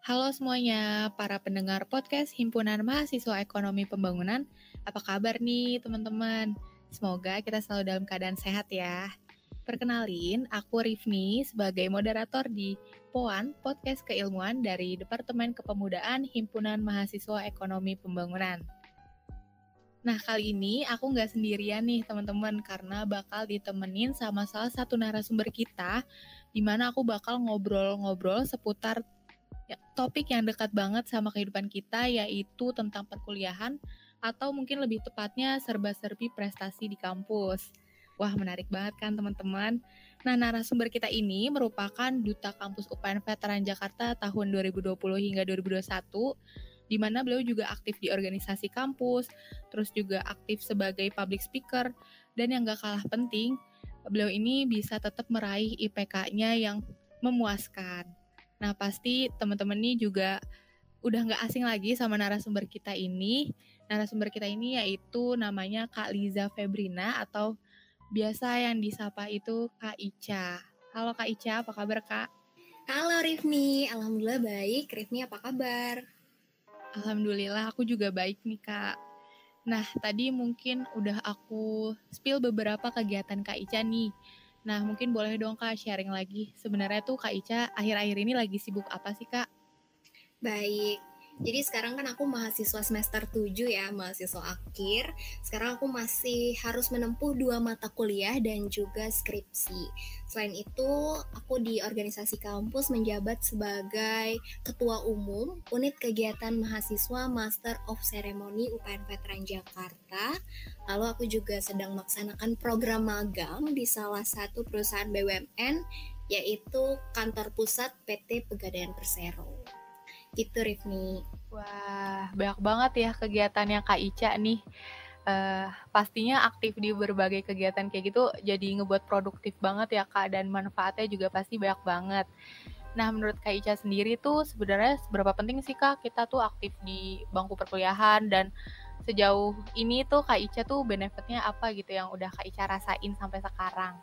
Halo semuanya, para pendengar podcast Himpunan Mahasiswa Ekonomi Pembangunan. Apa kabar nih teman-teman? Semoga kita selalu dalam keadaan sehat ya. Perkenalin, aku Rifni sebagai moderator di POAN, Podcast Keilmuan dari Departemen Kepemudaan Himpunan Mahasiswa Ekonomi Pembangunan. Nah, kali ini aku nggak sendirian nih teman-teman, karena bakal ditemenin sama salah satu narasumber kita, di mana aku bakal ngobrol-ngobrol seputar topik yang dekat banget sama kehidupan kita, yaitu tentang perkuliahan atau mungkin lebih tepatnya serba-serbi prestasi di kampus. Wah, menarik banget kan teman-teman? Nah, narasumber kita ini merupakan Duta Kampus UPN Veteran Jakarta tahun 2020 hingga 2021, di mana beliau juga aktif di organisasi kampus, terus juga aktif sebagai public speaker, dan yang gak kalah penting, beliau ini bisa tetap meraih IPK-nya yang memuaskan. Nah, pasti teman-teman nih juga udah nggak asing lagi sama narasumber kita ini. Narasumber kita ini yaitu namanya Kak Liza Febrina atau biasa yang disapa itu Kak Ica. Halo Kak Ica, apa kabar Kak? Halo Rifni, alhamdulillah baik. Rifni apa kabar? Alhamdulillah aku juga baik nih Kak. Nah, tadi mungkin udah aku spill beberapa kegiatan Kak Ica nih. Nah, mungkin boleh dong Kak sharing lagi. Sebenarnya tuh Kak Ica akhir-akhir ini lagi sibuk apa sih Kak? Baik. Jadi sekarang kan aku mahasiswa semester 7 ya, mahasiswa akhir. Sekarang aku masih harus menempuh 2 mata kuliah dan juga skripsi. Selain itu, aku di organisasi kampus menjabat sebagai Ketua Umum Unit Kegiatan Mahasiswa Master of Ceremony UPN Veteran Jakarta. Lalu aku juga sedang melaksanakan program magang di salah satu perusahaan BUMN, yaitu Kantor Pusat PT Pegadaian Persero. Gitu Rifni. Wah, banyak banget ya kegiatannya Kak Ica nih. Pastinya aktif di berbagai kegiatan kayak gitu jadi ngebuat produktif banget ya Kak, dan manfaatnya juga pasti banyak banget. Nah, menurut Kak Ica sendiri tuh sebenarnya seberapa penting sih Kak kita tuh aktif di bangku perkuliahan, dan sejauh ini tuh Kak Ica tuh benefitnya apa gitu yang udah Kak Ica rasain sampai sekarang?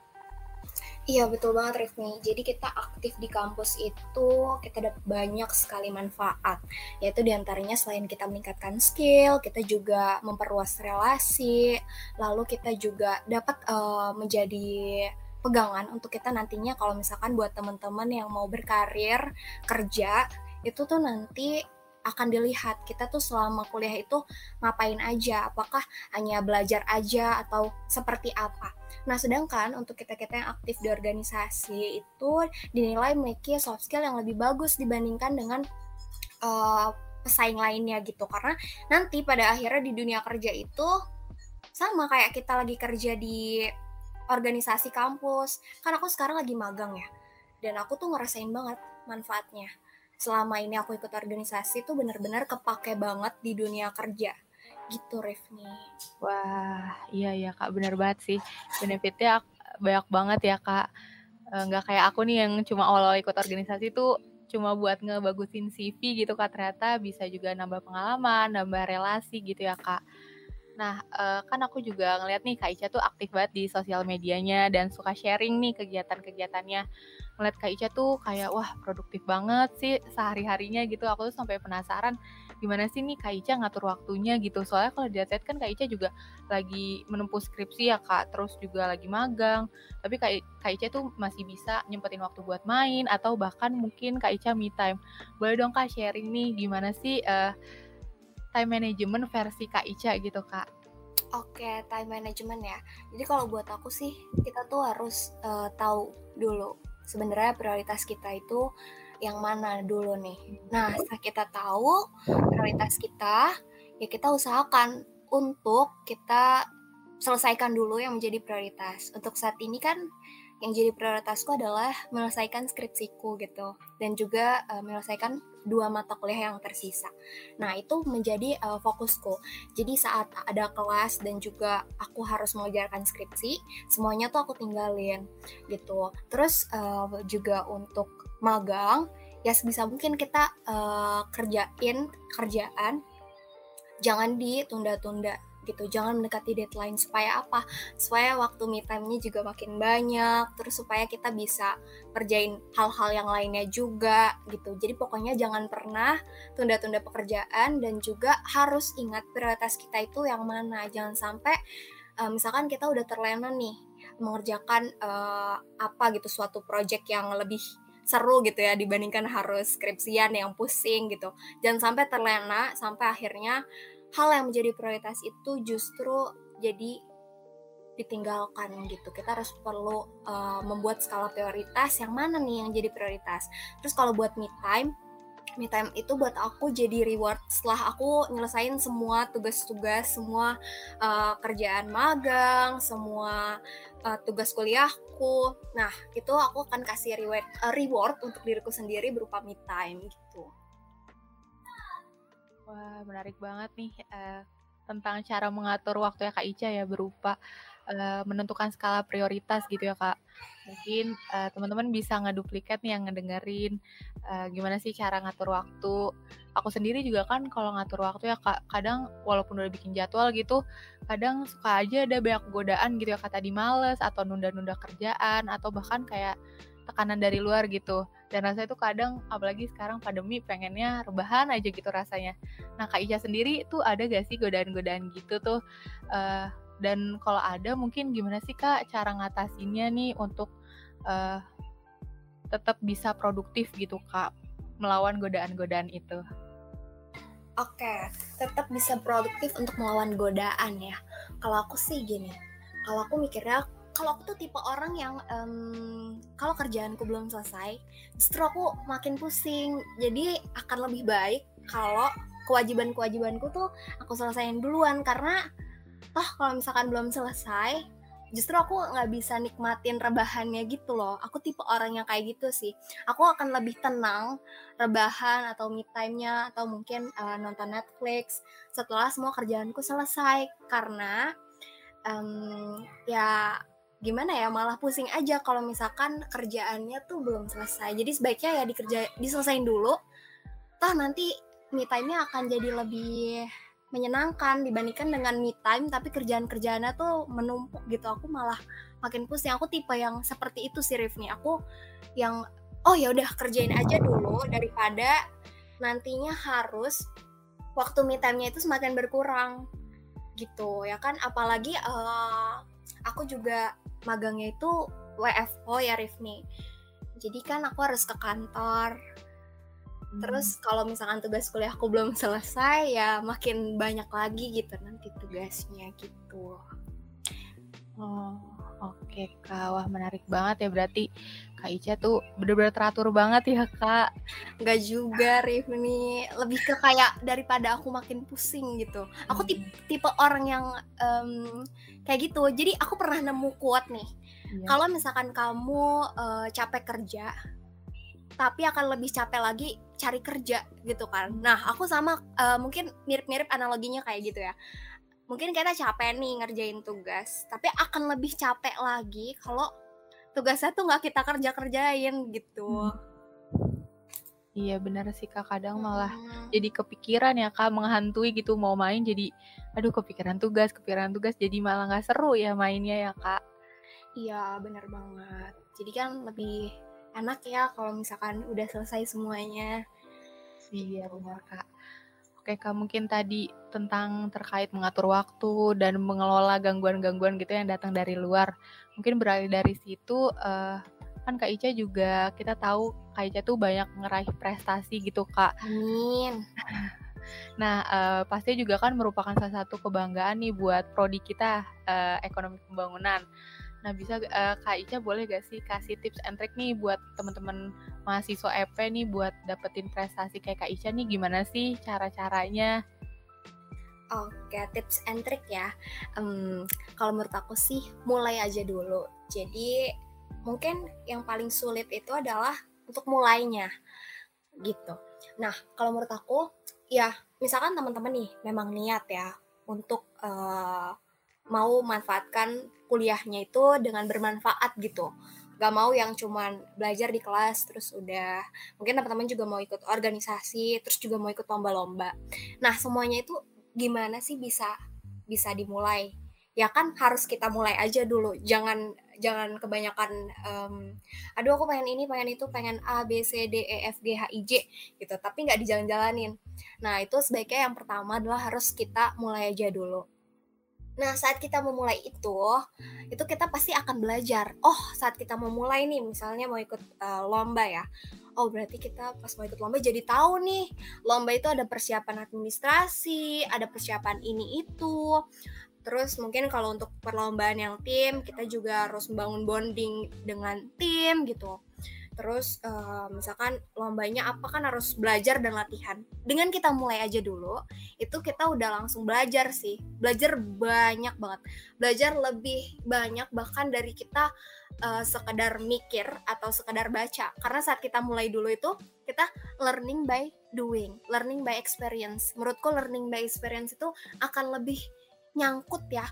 Iya betul banget Rifni. Jadi kita aktif di kampus itu kita dapat banyak sekali manfaat. Yaitu diantaranya selain kita meningkatkan skill, kita juga memperluas relasi. Lalu kita juga dapat menjadi pegangan untuk kita nantinya kalau misalkan buat teman-teman yang mau berkarir kerja itu tuh nanti akan dilihat kita tuh selama kuliah itu ngapain aja, apakah hanya belajar aja atau seperti apa. Nah, sedangkan untuk kita-kita yang aktif di organisasi itu dinilai memiliki soft skill yang lebih bagus dibandingkan dengan pesaing lainnya gitu. Karena nanti pada akhirnya di dunia kerja itu sama kayak kita lagi kerja di organisasi kampus. Kan aku sekarang lagi magang ya. Dan aku tuh ngerasain banget manfaatnya. Selama ini aku ikut organisasi tuh benar-benar kepake banget di dunia kerja. Gitu Rifni. Wah, iya ya Kak, benar banget sih. Benefitnya banyak banget ya Kak. Nggak kayak aku nih yang cuma awal-awal ikut organisasi tuh cuma buat ngebagusin CV gitu Kak, ternyata bisa juga nambah pengalaman, nambah relasi gitu ya Kak. Nah, kan aku juga ngeliat nih Kak Ica tuh aktif banget di sosial medianya dan suka sharing nih kegiatan-kegiatannya. Ngeliat Kak Ica tuh kayak, wah produktif banget sih sehari-harinya gitu. Aku tuh sampai penasaran gimana sih nih Kak Ica ngatur waktunya gitu. Soalnya kalau dilihat kan Kak Ica juga lagi menempuh skripsi ya Kak, terus juga lagi magang. Tapi Kak Ica tuh masih bisa nyempetin waktu buat main atau bahkan mungkin Kak Ica me time. Boleh dong Kak sharing nih gimana sih time management versi Kak Ica gitu Kak? Oke, time management ya. Jadi kalau buat aku sih, kita tuh harus tahu dulu sebenarnya prioritas kita itu yang mana dulu nih. Nah, setelah kita tahu prioritas kita, ya kita usahakan untuk kita selesaikan dulu yang menjadi prioritas. Untuk saat ini kan yang jadi prioritasku adalah menyelesaikan skripsiku gitu dan juga menyelesaikan 2 mata kuliah yang tersisa. Nah, itu menjadi fokusku. Jadi saat ada kelas dan juga aku harus mengerjakan skripsi, semuanya tuh aku tinggalin gitu. Terus juga untuk magang, ya sebisa mungkin kita kerjain kerjaan jangan ditunda-tunda gitu. Jangan mendekati deadline, supaya apa? Supaya waktu me time-nya juga makin banyak, terus supaya kita bisa kerjain hal-hal yang lainnya juga gitu. Jadi pokoknya jangan pernah tunda-tunda pekerjaan, dan juga harus ingat prioritas kita itu yang mana. Jangan sampai misalkan kita udah terlena nih mengerjakan apa gitu, suatu project yang lebih seru gitu ya dibandingkan harus skripsian yang pusing gitu. Jangan sampai terlena sampai akhirnya hal yang menjadi prioritas itu justru jadi ditinggalkan gitu. Kita harus perlu membuat skala prioritas, yang mana nih yang jadi prioritas. Terus kalau buat me time itu buat aku jadi reward setelah aku nyelesain semua tugas-tugas, semua kerjaan magang, semua tugas kuliahku. Nah, itu aku akan kasih reward untuk diriku sendiri berupa me time gitu. Wah, menarik banget nih tentang cara mengatur waktu ya Kak Ica ya, berupa menentukan skala prioritas gitu ya Kak. Mungkin teman-teman bisa ngeduplikat nih yang ngedengerin gimana sih cara ngatur waktu. Aku sendiri juga kan kalau ngatur waktu ya Kak, kadang walaupun udah bikin jadwal gitu, kadang suka aja ada banyak godaan gitu ya Kak, tadi males atau nunda-nunda kerjaan atau bahkan kayak tekanan dari luar gitu. Dan rasanya tuh kadang apalagi sekarang pandemi pengennya rebahan aja gitu rasanya. Nah Kak Ica sendiri tuh ada gak sih godaan-godaan gitu tuh? Dan kalau ada mungkin gimana sih Kak cara ngatasinnya nih untuk tetap bisa produktif gitu Kak, melawan godaan-godaan itu? Oke, tetap bisa produktif untuk melawan godaan ya. Kalau aku sih gini, kalau aku mikirnya, kalau aku tuh tipe orang yang kalau kerjaanku belum selesai, justru aku makin pusing. Jadi akan lebih baik kalau kewajibanku tuh aku selesaiin duluan, karena kalau misalkan belum selesai, justru aku nggak bisa nikmatin rebahannya gitu loh. Aku tipe orang yang kayak gitu sih. Aku akan lebih tenang rebahan atau me time-nya, atau mungkin nonton Netflix setelah semua kerjaanku selesai. Karena ya gimana ya, malah pusing aja kalau misalkan kerjaannya tuh belum selesai. Jadi sebaiknya ya diselesain dulu, toh nanti me time-nya akan jadi lebih menyenangkan dibandingkan dengan me time tapi kerjaan-kerjaannya tuh menumpuk gitu. Aku malah makin pusing. Aku tipe yang seperti itu sih, Rifni. Aku yang ya udah kerjain aja dulu daripada nantinya harus waktu me time-nya itu semakin berkurang gitu ya kan. Apalagi aku juga magangnya itu WFO ya, Rifni. Jadi kan aku harus ke kantor. Terus kalau misalkan tugas kuliahku belum selesai, ya makin banyak lagi gitu nanti tugasnya gitu. Oh, oke Kak. Wah, menarik banget ya, berarti Kak Ica tuh bener-bener teratur banget ya Kak. Nggak juga, Rifni. Lebih ke kayak daripada aku makin pusing gitu. Aku tipe orang yang kayak gitu. Jadi aku pernah nemu quote nih. Kalau misalkan kamu capek kerja, tapi akan lebih capek lagi cari kerja gitu kan. Nah, aku sama mungkin mirip-mirip analoginya kayak gitu ya. Mungkin kita capek nih ngerjain tugas, tapi akan lebih capek lagi kalau tugasnya tuh nggak kita kerjain gitu. Iya benar sih Kak, kadang malah jadi kepikiran ya Kak, menghantui gitu, mau main jadi aduh kepikiran tugas jadi malah nggak seru ya mainnya ya Kak. Iya benar banget. Jadi kan lebih enak ya kalau misalkan udah selesai semuanya. Iya benar Kak. Oke Kak, mungkin tadi tentang terkait mengatur waktu dan mengelola gangguan-gangguan gitu yang datang dari luar. Mungkin beralih dari situ, kan Kak Ica juga kita tahu Kak Ica tuh banyak ngeraih prestasi gitu Kak. Amin. Nah, pasti juga kan merupakan salah satu kebanggaan nih buat prodi kita, ekonomi pembangunan. Nah, bisa Kak Ica boleh gak sih kasih tips and trick nih buat teman-teman mahasiswa EP nih buat dapetin prestasi kayak Kak Ica nih, gimana sih cara-caranya? Oke, tips and trick ya. Kalau menurut aku sih mulai aja dulu. Jadi mungkin yang paling sulit itu adalah untuk mulainya gitu. Nah, kalau menurut aku ya misalkan teman-teman nih memang niat ya untuk mau manfaatkan kuliahnya itu dengan bermanfaat gitu. Gak mau yang cuman belajar di kelas terus udah. Mungkin teman-teman juga mau ikut organisasi, terus juga mau ikut lomba-lomba. Nah, semuanya itu gimana sih bisa bisa dimulai. Ya kan harus kita mulai aja dulu, jangan jangan kebanyakan, "Aduh aku pengen ini, pengen itu, pengen A, B, C, D, E, F, G, H, I, J," gitu, tapi nggak dijalan-jalanin. Nah, itu sebaiknya yang pertama adalah harus kita mulai aja dulu. Nah, saat kita memulai itu kita pasti akan belajar. Oh, saat kita mau mulai nih, misalnya mau ikut, lomba ya. Oh, berarti kita pas mau ikut lomba jadi tahu nih, lomba itu ada persiapan administrasi, ada persiapan ini itu. Terus mungkin kalau untuk perlombaan yang tim, kita juga harus membangun bonding dengan tim gitu. Terus, misalkan lombanya apa kan harus belajar dan latihan. Dengan kita mulai aja dulu, itu kita udah langsung belajar sih, belajar banyak banget. Belajar lebih banyak bahkan dari kita, sekedar mikir atau sekedar baca. Karena saat kita mulai dulu itu, kita learning by doing, learning by experience. Menurutku learning by experience itu akan lebih nyangkut ya,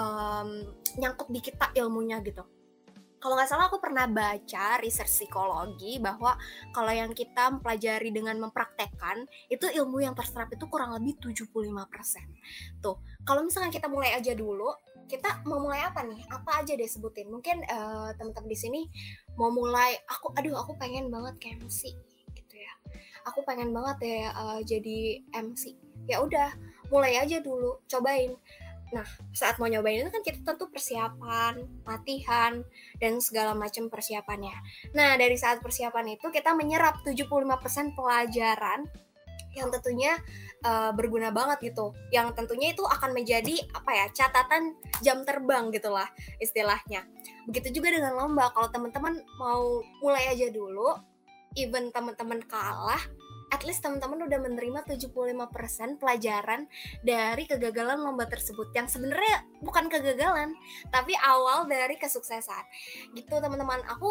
nyangkut di kita ilmunya gitu. Kalau nggak salah aku pernah baca research psikologi bahwa kalau yang kita mempelajari dengan mempraktekkan, itu ilmu yang terserap itu kurang lebih 75%. Tuh, kalau misalkan kita mulai aja dulu, kita mau mulai apa nih? Apa aja deh sebutin. Mungkin, teman-teman di sini mau mulai, aku pengen banget ke MC gitu ya. Aku pengen banget ya, jadi MC. Ya udah, mulai aja dulu, cobain. Nah, saat mau nyobain itu kan kita tentu persiapan, latihan, dan segala macam persiapannya. Nah, dari saat persiapan itu kita menyerap 75% pelajaran yang tentunya berguna banget gitu. Yang tentunya itu akan menjadi catatan jam terbang gitulah istilahnya. Begitu juga dengan lomba. Kalau teman-teman mau mulai aja dulu, even teman-teman kalah, at least teman-teman udah menerima 75% pelajaran dari kegagalan lomba tersebut, yang sebenarnya bukan kegagalan, tapi awal dari kesuksesan. Gitu teman-teman, aku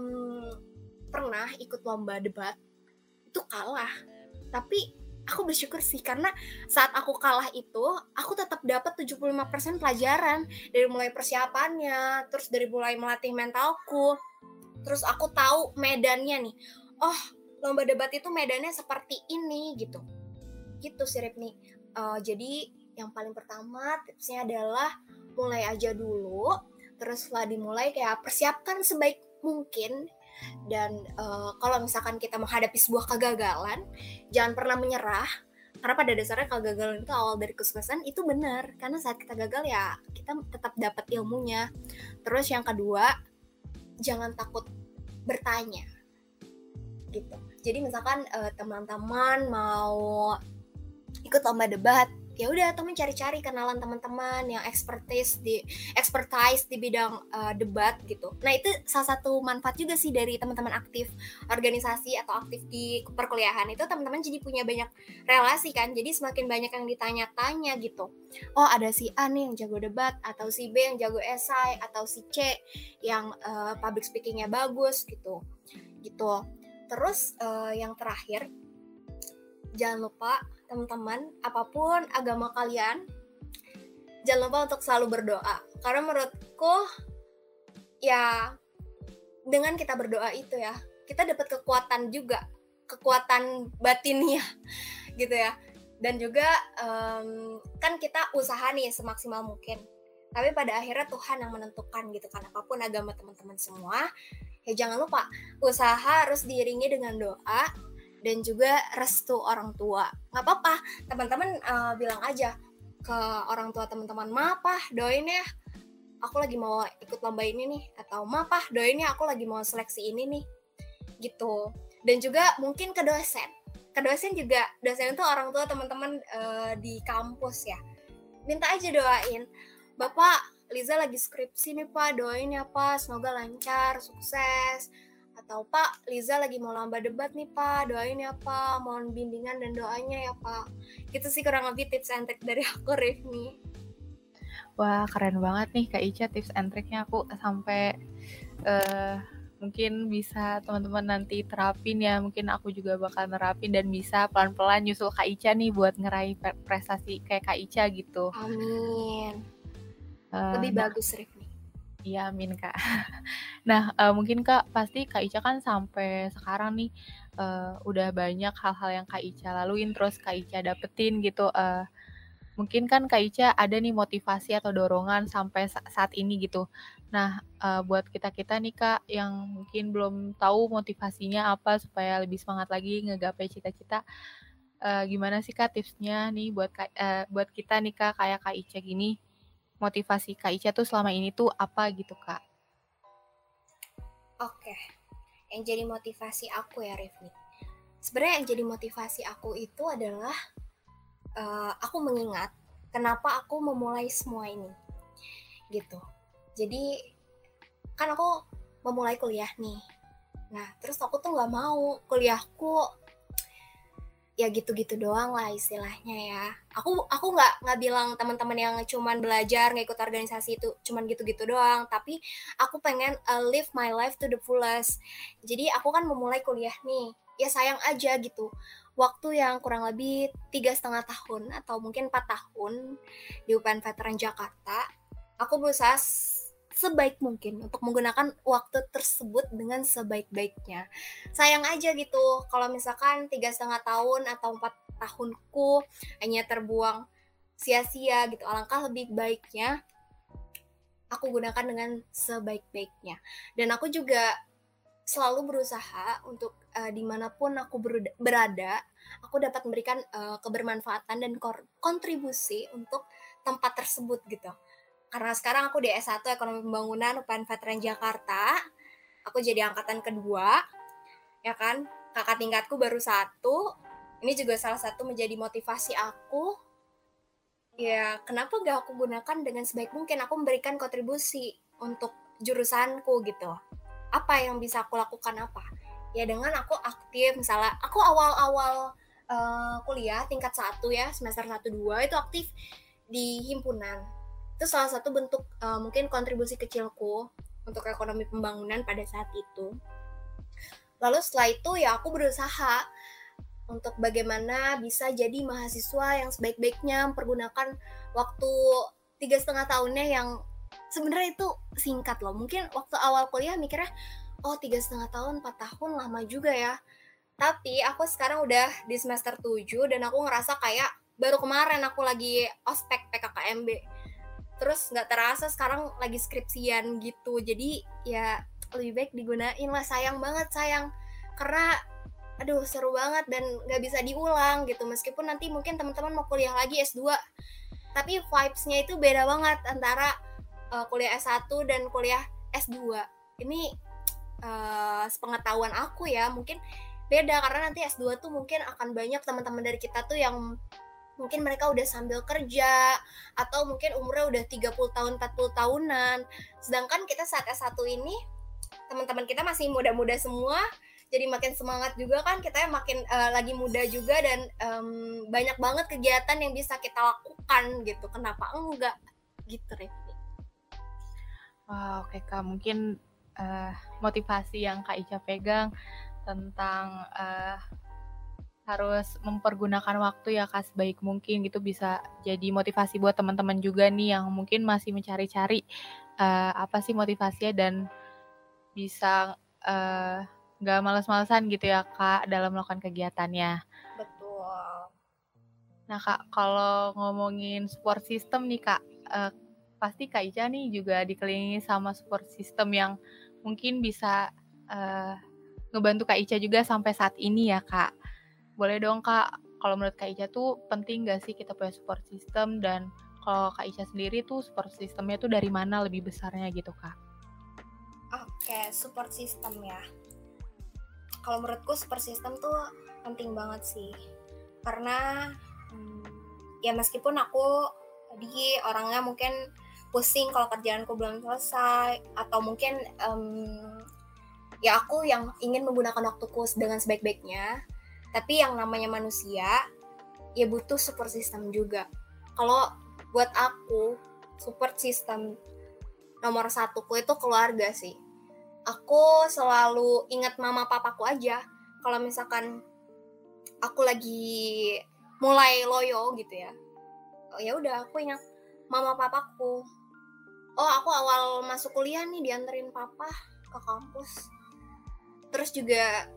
pernah ikut lomba debat, itu kalah. Tapi aku bersyukur sih karena saat aku kalah itu, aku tetap dapat 75% pelajaran dari mulai persiapannya, terus dari mulai melatih mentalku. Terus aku tahu medannya nih. Oh, lomba debat itu medannya seperti ini gitu. Gitu sih Ripni. Jadi yang paling pertama tipsnya adalah mulai aja dulu. Terus setelah dimulai kayak persiapkan sebaik mungkin. Dan kalau misalkan kita menghadapi sebuah kegagalan, jangan pernah menyerah. Karena pada dasarnya kegagalan itu awal dari kesuksesan, itu benar. Karena saat kita gagal ya kita tetap dapat ilmunya. Terus yang kedua, jangan takut bertanya gitu. Jadi misalkan teman-teman mau ikut lomba debat, ya udah teman cari-cari kenalan teman-teman yang expertise di bidang debat gitu. Nah, itu salah satu manfaat juga sih dari teman-teman aktif organisasi atau aktif di perkuliahan. Itu teman-teman jadi punya banyak relasi kan. Jadi semakin banyak yang ditanya-tanya gitu. Oh, ada si A nih yang jago debat, atau si B yang jago esai, atau si C yang public speaking-nya bagus gitu. Terus yang terakhir, jangan lupa teman-teman, apapun agama kalian, jangan lupa untuk selalu berdoa. Karena menurutku ya dengan kita berdoa itu ya, kita dapat kekuatan juga, kekuatan batinnya gitu ya. Dan juga kan kita usaha nih semaksimal mungkin. Tapi pada akhirnya Tuhan yang menentukan gitu kan, apapun agama teman-teman semua. Ya jangan lupa, usaha harus diiringi dengan doa dan juga restu orang tua. Nggak apa-apa, teman-teman bilang aja ke orang tua teman-teman, "Ma, Pa, doain ya, aku lagi mau ikut lomba ini nih." Atau, "Ma, Pa, doain ya, aku lagi mau seleksi ini nih." Gitu. Dan juga mungkin ke dosen. Ke dosen juga, dosen itu orang tua teman-teman di kampus ya. Minta aja doain, "Bapak, Liza lagi skripsi nih Pak, doain ya Pak, semoga lancar, sukses." Atau, "Pak, Liza lagi mau lomba debat nih Pak, doain ya Pak, mohon bimbingan dan doanya ya Pak." Gitu sih kurang lebih tips and trick dari aku, Rifni. Wah, keren banget nih Kak Ica tips and triknya. Aku sampai mungkin bisa teman-teman nanti terapin ya. Mungkin aku juga bakal nerapin dan bisa pelan-pelan nyusul Kak Ica nih buat ngeraih prestasi kayak Kak Ica gitu. Amin. Lebih bagus, Rifni. Iya, amin Kak. Nah, mungkin Kak, pasti Kak Ica kan sampai sekarang nih udah banyak hal-hal yang Kak Ica laluin, terus Kak Ica dapetin gitu. mungkin kan Kak Ica ada nih motivasi atau dorongan sampai saat ini gitu. Nah, buat kita-kita nih Kak yang mungkin belum tahu motivasinya apa supaya lebih semangat lagi ngegapai cita-cita, gimana sih Kak tipsnya nih buat kita nih Kak kayak Kak Ica gini, motivasi Kak Ica tuh selama ini tuh apa gitu Kak? Oke, yang jadi motivasi aku ya Rifni. Sebenarnya yang jadi motivasi aku itu adalah aku mengingat kenapa aku memulai semua ini gitu. Jadi kan aku memulai kuliah nih. Nah terus aku tuh nggak mau kuliahku ya gitu-gitu doang lah istilahnya ya. Aku nggak bilang teman-teman yang cuman belajar nggak ikut organisasi itu cuman gitu-gitu doang, tapi aku pengen live my life to the fullest. Jadi aku kan memulai kuliah nih, ya sayang aja gitu. Waktu yang kurang lebih 3,5 tahun atau mungkin 4 tahun di UPN Veteran Jakarta, aku berusaha sebaik mungkin untuk menggunakan waktu tersebut dengan sebaik-baiknya. Sayang aja gitu kalau misalkan 3,5 tahun atau 4 tahunku hanya terbuang sia-sia gitu. Alangkah lebih baiknya aku gunakan dengan sebaik-baiknya. Dan aku juga selalu berusaha untuk dimanapun aku berada, aku dapat memberikan kebermanfaatan dan kontribusi untuk tempat tersebut gitu. Karena sekarang aku di S1 Ekonomi Pembangunan UPN Veteran Jakarta, aku jadi angkatan kedua, ya kan, kakak tingkatku baru satu, ini juga salah satu menjadi motivasi aku, ya kenapa gak aku gunakan dengan sebaik mungkin, aku memberikan kontribusi untuk jurusanku gitu. Apa yang bisa aku lakukan apa? Ya dengan aku aktif, misalnya aku awal-awal kuliah tingkat 1 ya, semester 1-2 itu aktif di himpunan. Itu salah satu bentuk mungkin kontribusi kecilku untuk ekonomi pembangunan pada saat itu. Lalu setelah itu ya aku berusaha untuk bagaimana bisa jadi mahasiswa yang sebaik-baiknya mempergunakan waktu 3,5 tahunnya yang sebenarnya itu singkat loh. Mungkin waktu awal kuliah mikirnya, oh 3,5 tahun, 4 tahun lama juga ya. Tapi aku sekarang udah di semester 7 dan aku ngerasa kayak baru kemarin aku lagi ospek PKKMB. Terus gak terasa sekarang lagi skripsian gitu. Jadi ya lebih baik digunain lah, sayang banget sayang. Karena aduh seru banget dan gak bisa diulang gitu. Meskipun nanti mungkin teman-teman mau kuliah lagi S2. Tapi vibes-nya itu beda banget antara kuliah S1 dan kuliah S2. Ini sepengetahuan aku ya, mungkin beda karena nanti S2 tuh mungkin akan banyak teman-teman dari kita tuh yang mungkin mereka udah sambil kerja atau mungkin umurnya udah 30 tahun, 40 tahunan. Sedangkan kita saat S1 ini teman-teman kita masih muda-muda semua. Jadi makin semangat juga kan, kita makin lagi muda juga dan banyak banget kegiatan yang bisa kita lakukan gitu. Kenapa enggak? Gitu, Rifki. Wah, oke Kak, mungkin motivasi yang Kak Ica pegang tentang harus mempergunakan waktu ya Kak sebaik mungkin gitu bisa jadi motivasi buat teman-teman juga nih yang mungkin masih mencari-cari apa sih motivasinya dan bisa nggak males-malesan gitu ya Kak dalam melakukan kegiatannya. Betul. Nah Kak, kalau ngomongin support system nih Kak, pasti Kak Ica nih juga dikelilingi sama support system yang mungkin bisa ngebantu Kak Ica juga sampai saat ini ya Kak. Boleh dong Kak, kalau menurut Kak Ica tuh penting gak sih kita punya support system, dan kalau Kak Ica sendiri tuh support systemnya tuh dari mana lebih besarnya gitu Kak? Oke, support system ya. Kalau menurutku support system tuh penting banget sih. Karena ya meskipun aku tadi orangnya mungkin pusing kalau kerjaanku belum selesai, atau mungkin ya aku yang ingin menggunakan waktuku dengan sebaik-baiknya, tapi yang namanya manusia ya butuh support system juga. Kalau buat aku support system nomor 1ku itu keluarga sih. Aku selalu ingat mama papaku aja. Kalau misalkan aku lagi mulai loyo gitu ya, oh ya udah aku ingat mama papaku. Oh aku awal masuk kuliah nih dianterin papa ke kampus. Terus juga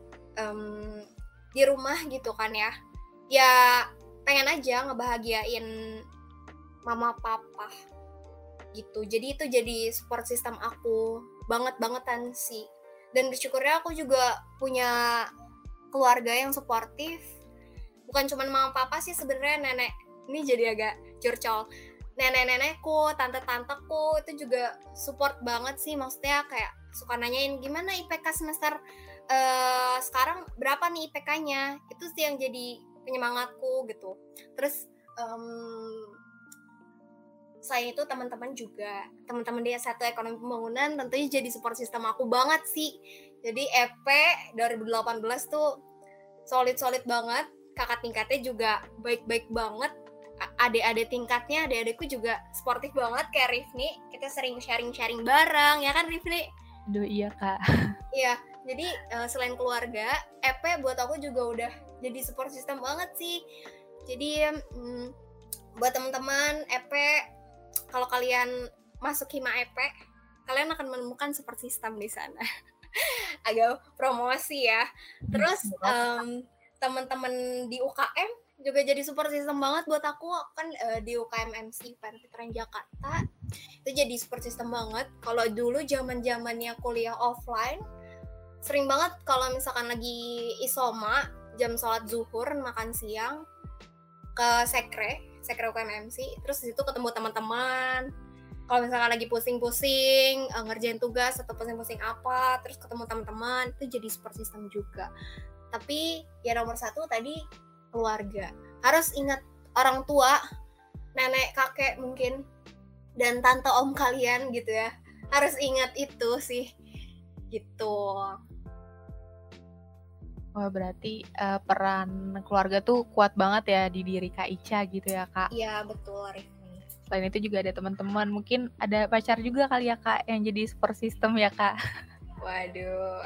di rumah gitu kan ya pengen aja ngebahagiain mama papa gitu. Jadi itu jadi support system aku banget-bangetan sih. Dan bersyukurnya aku juga punya keluarga yang suportif. Bukan cuma mama papa sih sebenarnya, nenek. Ini jadi agak curcol. Nenek-nenekku, tante-tanteku itu juga support banget sih. Maksudnya kayak suka nanyain gimana IPK semester sekarang berapa nih IPK-nya. Itu sih yang jadi penyemangatku gitu. Terus selain itu teman-teman di S1 Ekonomi Pembangunan tentunya jadi support system aku banget sih. Jadi EP 2018 tuh solid banget, kakak tingkatnya juga baik-baik banget, adik-adik tingkatnya, adik-adikku juga sportif banget kayak Rifni, kita sering sharing-sharing bareng, ya kan Rifni? Aduh iya Kak. Iya, jadi selain keluarga, EP buat aku juga udah jadi support system banget sih. Jadi buat teman-teman EP, kalau kalian masuk Hima EP, kalian akan menemukan support system di sana. Agak promosi ya. Terus teman-teman di UKM juga jadi support system banget buat aku. Kan di UKM MC Veteran Jakarta itu jadi support system banget. Kalau dulu zaman-zamannya kuliah offline, sering banget kalau misalkan lagi isoma, jam sholat zuhur, makan siang, ke sekre UKM MC, terus di situ ketemu teman-teman. Kalau misalkan lagi pusing-pusing ngerjain tugas atau pusing-pusing apa, terus ketemu teman-teman, itu jadi support system juga. Tapi ya nomor satu tadi keluarga. Harus ingat orang tua, nenek, kakek mungkin, dan tante om kalian gitu ya. Harus ingat itu sih. Gitu. Wah berarti peran keluarga tuh kuat banget ya di diri Kak Ica gitu ya Kak. Iya betul Rifni. Selain itu juga ada teman-teman, mungkin ada pacar juga kali ya Kak yang jadi support system ya Kak. Waduh.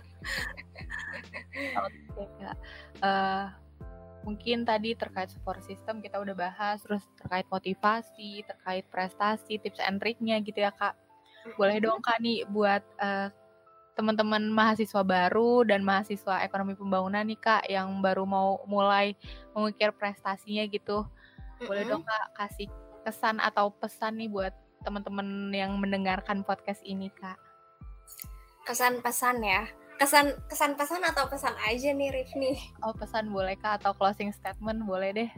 Oke Kak. Mungkin tadi terkait support system kita udah bahas, terus terkait motivasi, terkait prestasi, tips and triknya gitu ya Kak. Boleh dong Kak nih buat teman-teman mahasiswa baru dan mahasiswa ekonomi pembangunan nih Kak yang baru mau mulai mengukir prestasinya gitu. Boleh dong Kak kasih kesan atau pesan nih buat teman-teman yang mendengarkan podcast ini Kak. Kesan-pesan ya. Kesan-pesan atau pesan aja nih Rifni? Oh pesan boleh Kak atau closing statement boleh deh.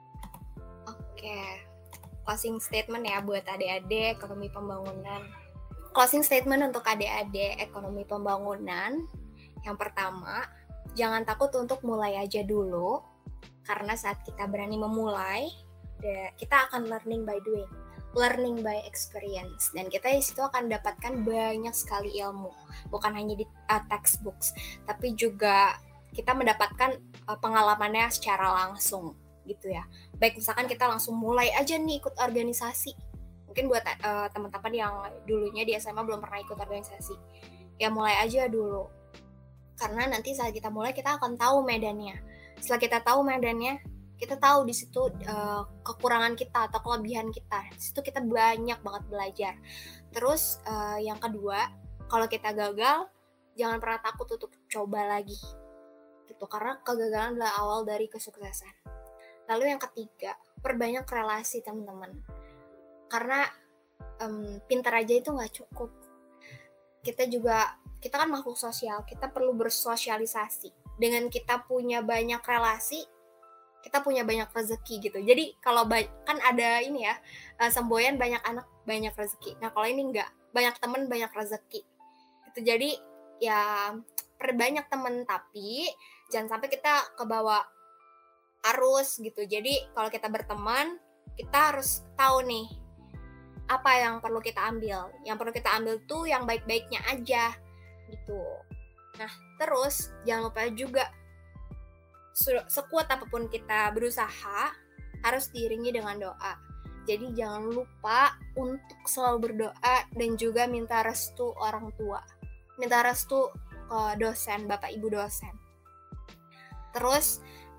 Oke. Closing statement ya buat adik-adik ekonomi pembangunan. Closing statement untuk adik-adik ekonomi pembangunan. Yang pertama, jangan takut untuk mulai aja dulu. Karena saat kita berani memulai, kita akan learning by doing, learning by experience. Dan kita di situ akan dapatkan banyak sekali ilmu. Bukan hanya di textbooks, tapi juga kita mendapatkan pengalamannya secara langsung gitu ya. Baik misalkan kita langsung mulai aja nih ikut organisasi. Mungkin buat teman-teman yang dulunya di SMA belum pernah ikut organisasi, ya mulai aja dulu. Karena nanti saat kita mulai kita akan tahu medannya. Setelah kita tahu medannya, kita tahu di situ kekurangan kita atau kelebihan kita. Di situ kita banyak banget belajar. Terus yang kedua, kalau kita gagal, jangan pernah takut untuk coba lagi. Gitu, karena kegagalan adalah awal dari kesuksesan. Lalu yang ketiga, perbanyak relasi teman-teman. Karena pintar aja itu nggak cukup. Kita kan makhluk sosial, kita perlu bersosialisasi. Dengan kita punya banyak relasi, kita punya banyak rezeki gitu. Jadi kalau kan ada ini ya, semboyan banyak anak banyak rezeki. Nah kalau ini enggak, banyak teman banyak rezeki. Gitu. Jadi ya perbanyak teman, tapi jangan sampai kita kebawa arus gitu. Jadi kalau kita berteman, kita harus tahu nih apa yang perlu kita ambil. Yang perlu kita ambil tuh yang baik-baiknya aja gitu. Nah terus jangan lupa juga, sekuat apapun kita berusaha, harus diiringi dengan doa. Jadi jangan lupa untuk selalu berdoa dan juga minta restu orang tua. Minta restu ke dosen, bapak ibu dosen. Terus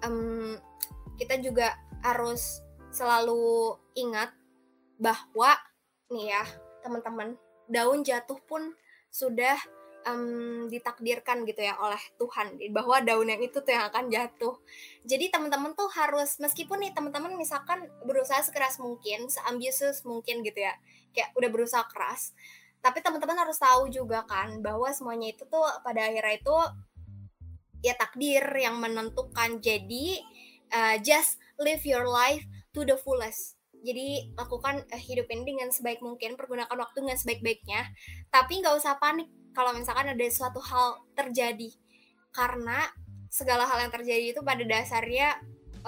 kita juga harus selalu ingat bahwa nih ya teman-teman, daun jatuh pun sudah ditakdirkan gitu ya oleh Tuhan, bahwa daun yang itu tuh yang akan jatuh. Jadi teman-teman tuh harus, meskipun nih teman-teman misalkan berusaha sekeras mungkin, seambisius mungkin gitu ya, kayak udah berusaha keras, tapi teman-teman harus tahu juga kan bahwa semuanya itu tuh pada akhirnya itu ya takdir yang menentukan. Jadi just live your life to the fullest. Jadi lakukan hidup ini dengan sebaik mungkin, pergunakan waktu dengan sebaik-baiknya, tapi nggak usah panik kalau misalkan ada suatu hal terjadi, karena segala hal yang terjadi itu pada dasarnya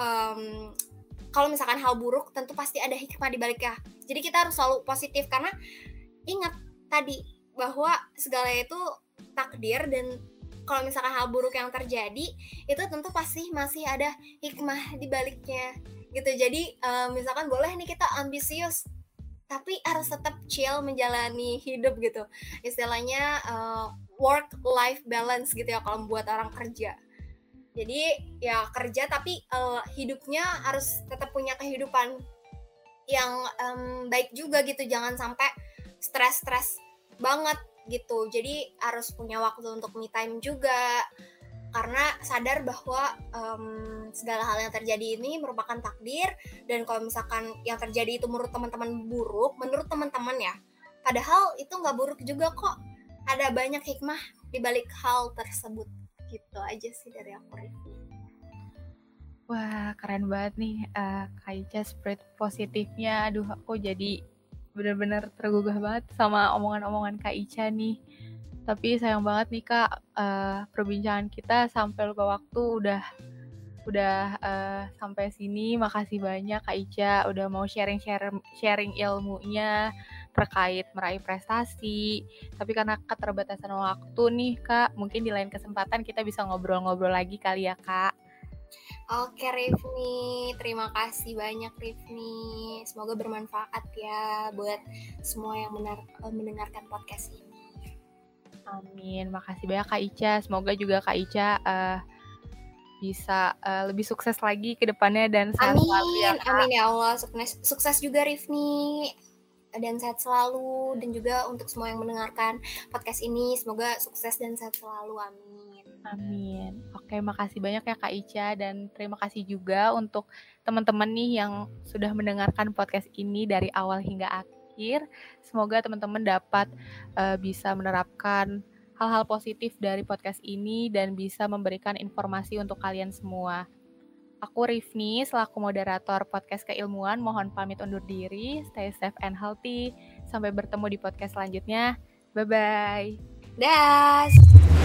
kalau misalkan hal buruk tentu pasti ada hikmah di baliknya. Jadi kita harus selalu positif, karena ingat tadi bahwa segalanya itu takdir, dan kalau misalkan hal buruk yang terjadi itu tentu pasti masih ada hikmah di baliknya gitu. Jadi misalkan boleh nih kita ambisius, tapi harus tetap chill menjalani hidup gitu. Istilahnya work life balance gitu ya kalau membuat orang kerja. Jadi ya kerja tapi hidupnya harus tetap punya kehidupan yang baik juga gitu. Jangan sampai stres banget gitu. Jadi harus punya waktu untuk me time juga, karena sadar bahwa segala hal yang terjadi ini merupakan takdir. Dan kalau misalkan yang terjadi itu menurut teman-teman buruk, menurut teman-teman ya, padahal itu nggak buruk juga kok, ada banyak hikmah di balik hal tersebut. Gitu aja sih dari aku, Rifki. Wah, keren banget nih Kak Ica, spirit positifnya. Aduh, aku jadi benar-benar tergugah banget sama omongan-omongan Kak Ica nih. Tapi sayang banget nih Kak, perbincangan kita sampai lupa waktu udah sampai sini. Makasih banyak Kak Ica udah mau sharing ilmunya terkait meraih prestasi. Tapi karena keterbatasan waktu nih Kak, mungkin di lain kesempatan kita bisa ngobrol-ngobrol lagi kali ya Kak. Oke Rifni, terima kasih banyak Rifni. Semoga bermanfaat ya buat semua yang mendengarkan podcast ini. Amin, makasih banyak Kak Ica. Semoga juga Kak Ica bisa lebih sukses lagi ke depannya dan sehat selalu ya Kak. Amin ya Allah, sukses juga Rifni, dan sehat selalu. Dan juga untuk semua yang mendengarkan podcast ini, semoga sukses dan sehat selalu, amin. Amin. Oke, makasih banyak ya Kak Ica, dan terima kasih juga untuk teman-teman nih yang sudah mendengarkan podcast ini dari awal hingga akhir. Semoga teman-teman dapat bisa menerapkan hal-hal positif dari podcast ini dan bisa memberikan informasi untuk kalian semua. Aku Rifni, selaku moderator podcast Keilmuan, mohon pamit undur diri. Stay safe and healthy. Sampai bertemu di podcast selanjutnya. Bye-bye. Das.